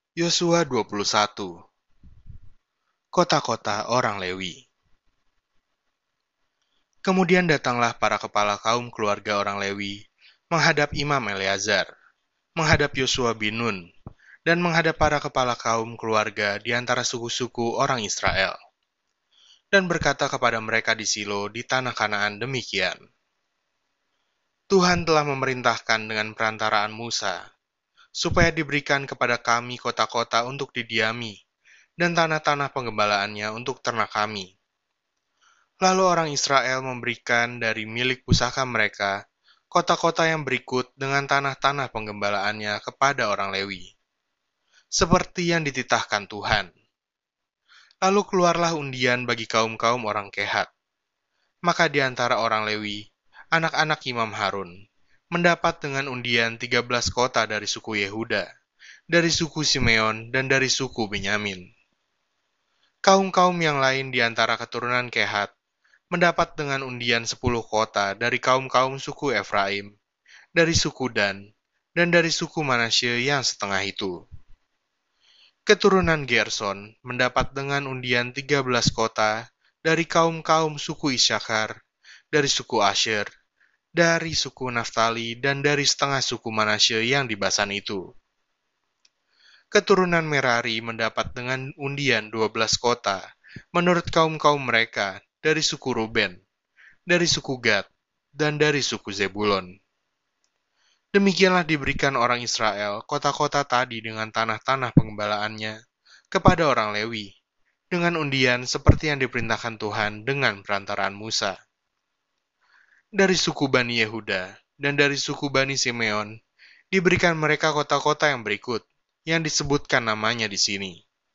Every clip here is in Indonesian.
Yosua 21. Kota-kota orang Lewi. Kemudian datanglah para kepala kaum keluarga orang Lewi menghadap Imam Eleazar, menghadap Yosua bin Nun, dan menghadap para kepala kaum keluarga di antara suku-suku orang Israel, dan berkata kepada mereka di Silo di tanah Kanaan demikian: Tuhan telah memerintahkan dengan perantaraan Musa, supaya diberikan kepada kami kota-kota untuk didiami, dan tanah-tanah penggembalaannya untuk ternak kami. Lalu orang Israel memberikan dari milik pusaka mereka kota-kota yang berikut dengan tanah-tanah penggembalaannya kepada orang Lewi, seperti yang dititahkan Tuhan. Lalu keluarlah undian bagi kaum-kaum orang Kehat. Maka di antara orang Lewi, anak-anak Imam Harun, mendapat dengan undian 13 kota dari suku Yehuda, dari suku Simeon, dan dari suku Benyamin. Kaum-kaum yang lain di antara keturunan Kehat mendapat dengan undian 10 kota dari kaum-kaum suku Efraim, dari suku dan dari suku Manasye yang setengah itu. Keturunan Gerson mendapat dengan undian 13 kota dari kaum-kaum suku Isyakar, dari suku Asher, dari suku Naftali, dan dari setengah suku Manasye yang di Basan itu. Keturunan Merari mendapat dengan undian 12 kota menurut kaum-kaum mereka dari suku Ruben, dari suku Gad, dan dari suku Zebulon. Demikianlah diberikan orang Israel kota-kota tadi dengan tanah-tanah penggembalaannya kepada orang Lewi, dengan undian seperti yang diperintahkan Tuhan dengan perantaraan Musa. Dari suku Bani Yehuda dan dari suku Bani Simeon diberikan mereka kota-kota yang berikut, yang disebutkan namanya di sini.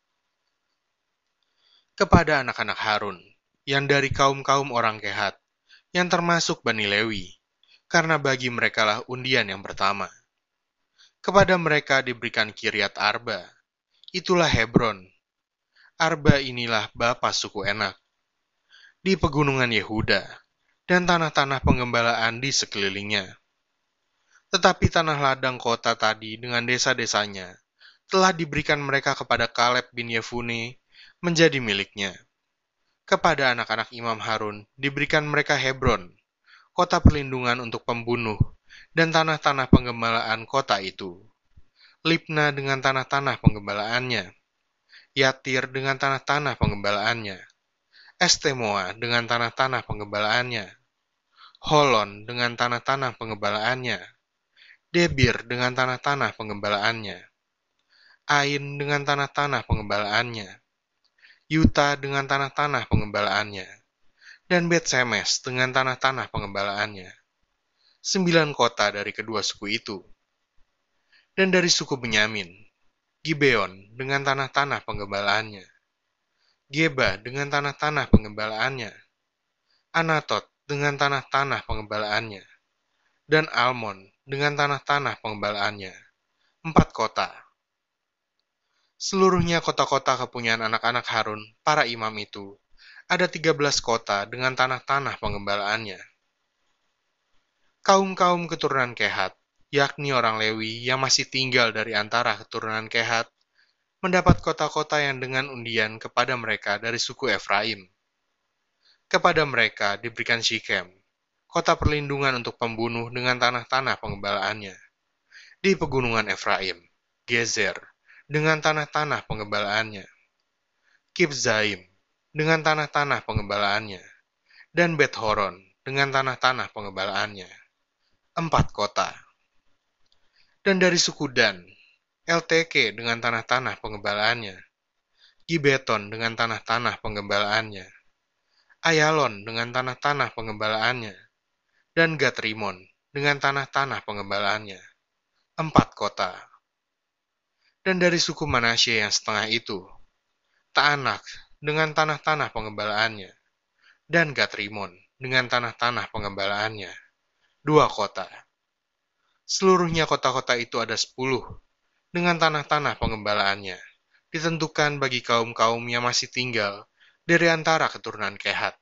Kepada anak-anak Harun, yang dari kaum-kaum orang Kehat, yang termasuk Bani Lewi, karena bagi merekalah undian yang pertama. Kepada mereka diberikan Kiryat Arba, itulah Hebron. Arba inilah bapa suku Enak, di pegunungan Yehuda, dan tanah-tanah penggembalaan di sekelilingnya. Tetapi tanah ladang kota tadi dengan desa-desanya telah diberikan mereka kepada Kaleb bin Yefune menjadi miliknya. Kepada anak-anak Imam Harun diberikan mereka Hebron, kota perlindungan untuk pembunuh, dan tanah-tanah penggembalaan kota itu. Libna dengan tanah-tanah penggembalaannya, Yatir dengan tanah-tanah penggembalaannya, Estemoa dengan tanah-tanah penggembalaannya, Holon dengan tanah-tanah penggembalaannya, Debir dengan tanah-tanah penggembalaannya, Ain dengan tanah-tanah penggembalaannya, Yuta dengan tanah-tanah penggembalaannya, dan Bet-Semes dengan tanah-tanah penggembalaannya. 9 kota dari kedua suku itu. Dan dari suku Benyamin, Gibeon dengan tanah-tanah penggembalaannya, Geba dengan tanah-tanah penggembalaannya, Anatot dengan tanah-tanah penggembalaannya, dan Almon dengan tanah-tanah penggembalaannya. 4 kota. Seluruhnya kota-kota kepunyaan anak-anak Harun, para imam itu, ada 13 kota dengan tanah-tanah penggembalaannya. Kaum-kaum keturunan Kehat, yakni orang Lewi yang masih tinggal dari antara keturunan Kehat, mendapat kota-kota yang dengan undian kepada mereka dari suku Efraim. Kepada mereka diberikan Shikem, kota perlindungan untuk pembunuh dengan tanah-tanah penggembalaannya. Di pegunungan Efraim, Gezer, dengan tanah-tanah penggembalaannya. Kibzaim, dengan tanah-tanah penggembalaannya. Dan Bet-Horon, dengan tanah-tanah penggembalaannya. 4 kota. Dan dari suku Dan, LTK dengan tanah-tanah penggembalaannya. Gibeton dengan tanah-tanah penggembalaannya. Ayalon dengan tanah-tanah penggembalaannya. Dan Gatrimon dengan tanah-tanah penggembalaannya. 4 kota. Dan dari suku Manasye yang setengah itu, Taanak dengan tanah-tanah pengembalaannya, dan Gatrimon dengan tanah-tanah pengembalaannya, 2 kota. Seluruhnya kota-kota itu ada 10, dengan tanah-tanah pengembalaannya, ditentukan bagi kaum-kaum yang masih tinggal dari antara keturunan Kehat.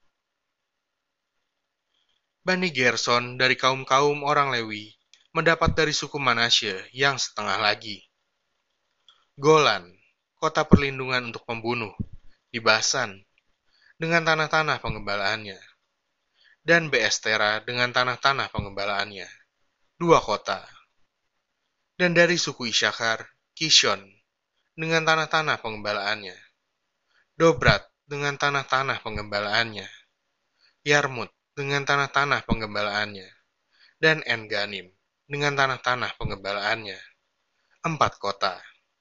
Bani Gerson dari kaum-kaum orang Lewi mendapat dari suku Manasye yang setengah lagi. Golan, kota perlindungan untuk pembunuh, di Basan, dengan tanah-tanah pengembalaannya, dan Beestera dengan tanah-tanah pengembalaannya, 2 kota. Dan dari suku Isyakar, Kishon, dengan tanah-tanah pengembalaannya, Dobrat dengan tanah-tanah pengembalaannya, Yarmut dengan tanah-tanah pengembalaannya, dan En-Ganim dengan tanah-tanah pengembalaannya, 4 kota.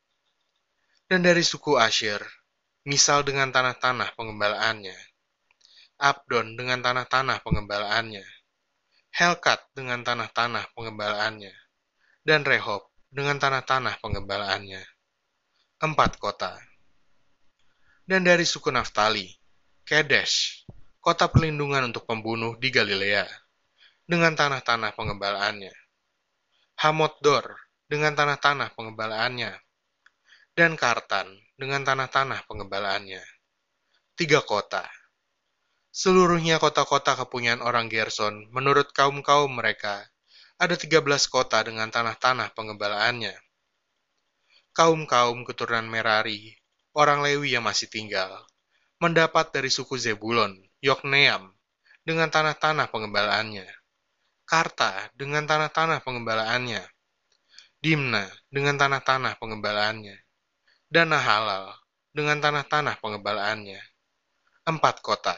Dan dari suku Asyir, Misal dengan tanah-tanah pengembalaannya, Abdon dengan tanah-tanah pengembalaannya, Helkat dengan tanah-tanah pengembalaannya, dan Rehob dengan tanah-tanah pengembalaannya, 4 kota. Dan dari suku Naftali, Kedesh, kota perlindungan untuk pembunuh di Galilea, dengan tanah-tanah pengembalaannya, Hamot-Dor dengan tanah-tanah pengembalaannya, dan Kartan dengan tanah-tanah pengembalaannya, 3 kota. Seluruhnya kota-kota kepunyaan orang Gerson menurut kaum-kaum mereka, ada 13 kota dengan tanah-tanah pengembalaannya. Kaum-kaum keturunan Merari, orang Lewi yang masih tinggal, mendapat dari suku Zebulon, Yokneam, dengan tanah-tanah pengembalaannya, Karta dengan tanah-tanah pengembalaannya, Dimna dengan tanah-tanah pengembalaannya, dan Nahalal dengan tanah-tanah pengembalaannya, 4 kota.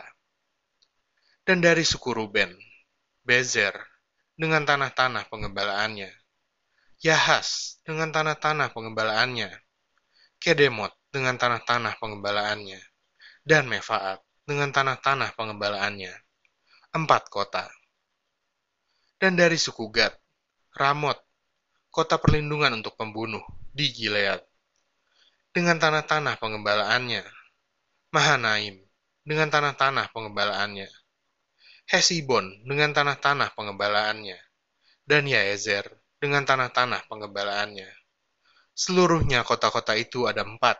Dan dari suku Ruben, Bezer dengan tanah-tanah pengembalaannya, Yahas dengan tanah-tanah pengembalaannya, Kedemot dengan tanah-tanah pengembalaannya, dan Mefaat dengan tanah-tanah pengembalaannya, 4 kota. Dan dari suku Gad, Ramot, kota perlindungan untuk pembunuh di Gilead, dengan tanah-tanah pengembalaannya, Mahanaim dengan tanah-tanah pengembalaannya, Hesibon dengan tanah-tanah pengembalaannya, dan Yaezer dengan tanah-tanah pengembalaannya. Seluruhnya kota-kota itu ada 4.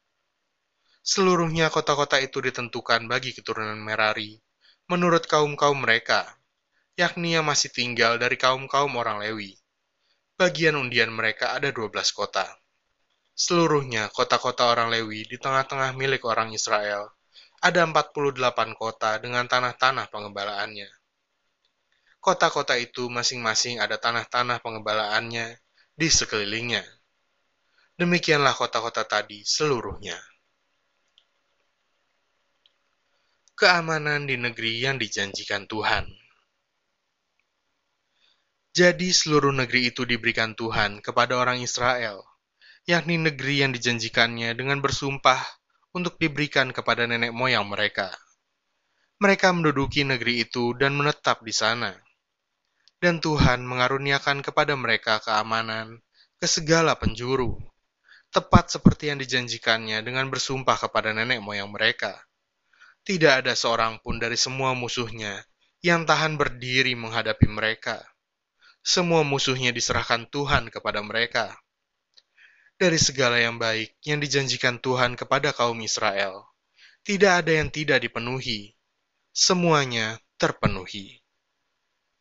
Seluruhnya kota-kota itu ditentukan bagi keturunan Merari, menurut kaum-kaum mereka, yakni yang masih tinggal dari kaum-kaum orang Lewi. Bagian undian mereka ada 12 kota. Seluruhnya kota-kota orang Lewi di tengah-tengah milik orang Israel, ada 48 kota dengan tanah-tanah pengembalaannya. Kota-kota itu masing-masing ada tanah-tanah pengembalaannya di sekelilingnya. Demikianlah kota-kota tadi seluruhnya. Keamanan di negeri yang dijanjikan Tuhan. Jadi seluruh negeri itu diberikan Tuhan kepada orang Israel, yakni negeri yang dijanjikannya dengan bersumpah untuk diberikan kepada nenek moyang mereka. Mereka menduduki negeri itu dan menetap di sana. Dan Tuhan mengaruniakan kepada mereka keamanan ke segala penjuru, tepat seperti yang dijanjikannya dengan bersumpah kepada nenek moyang mereka. Tidak ada seorang pun dari semua musuhnya yang tahan berdiri menghadapi mereka. Semua musuhnya diserahkan Tuhan kepada mereka. Dari segala yang baik yang dijanjikan Tuhan kepada kaum Israel, tidak ada yang tidak dipenuhi. Semuanya terpenuhi.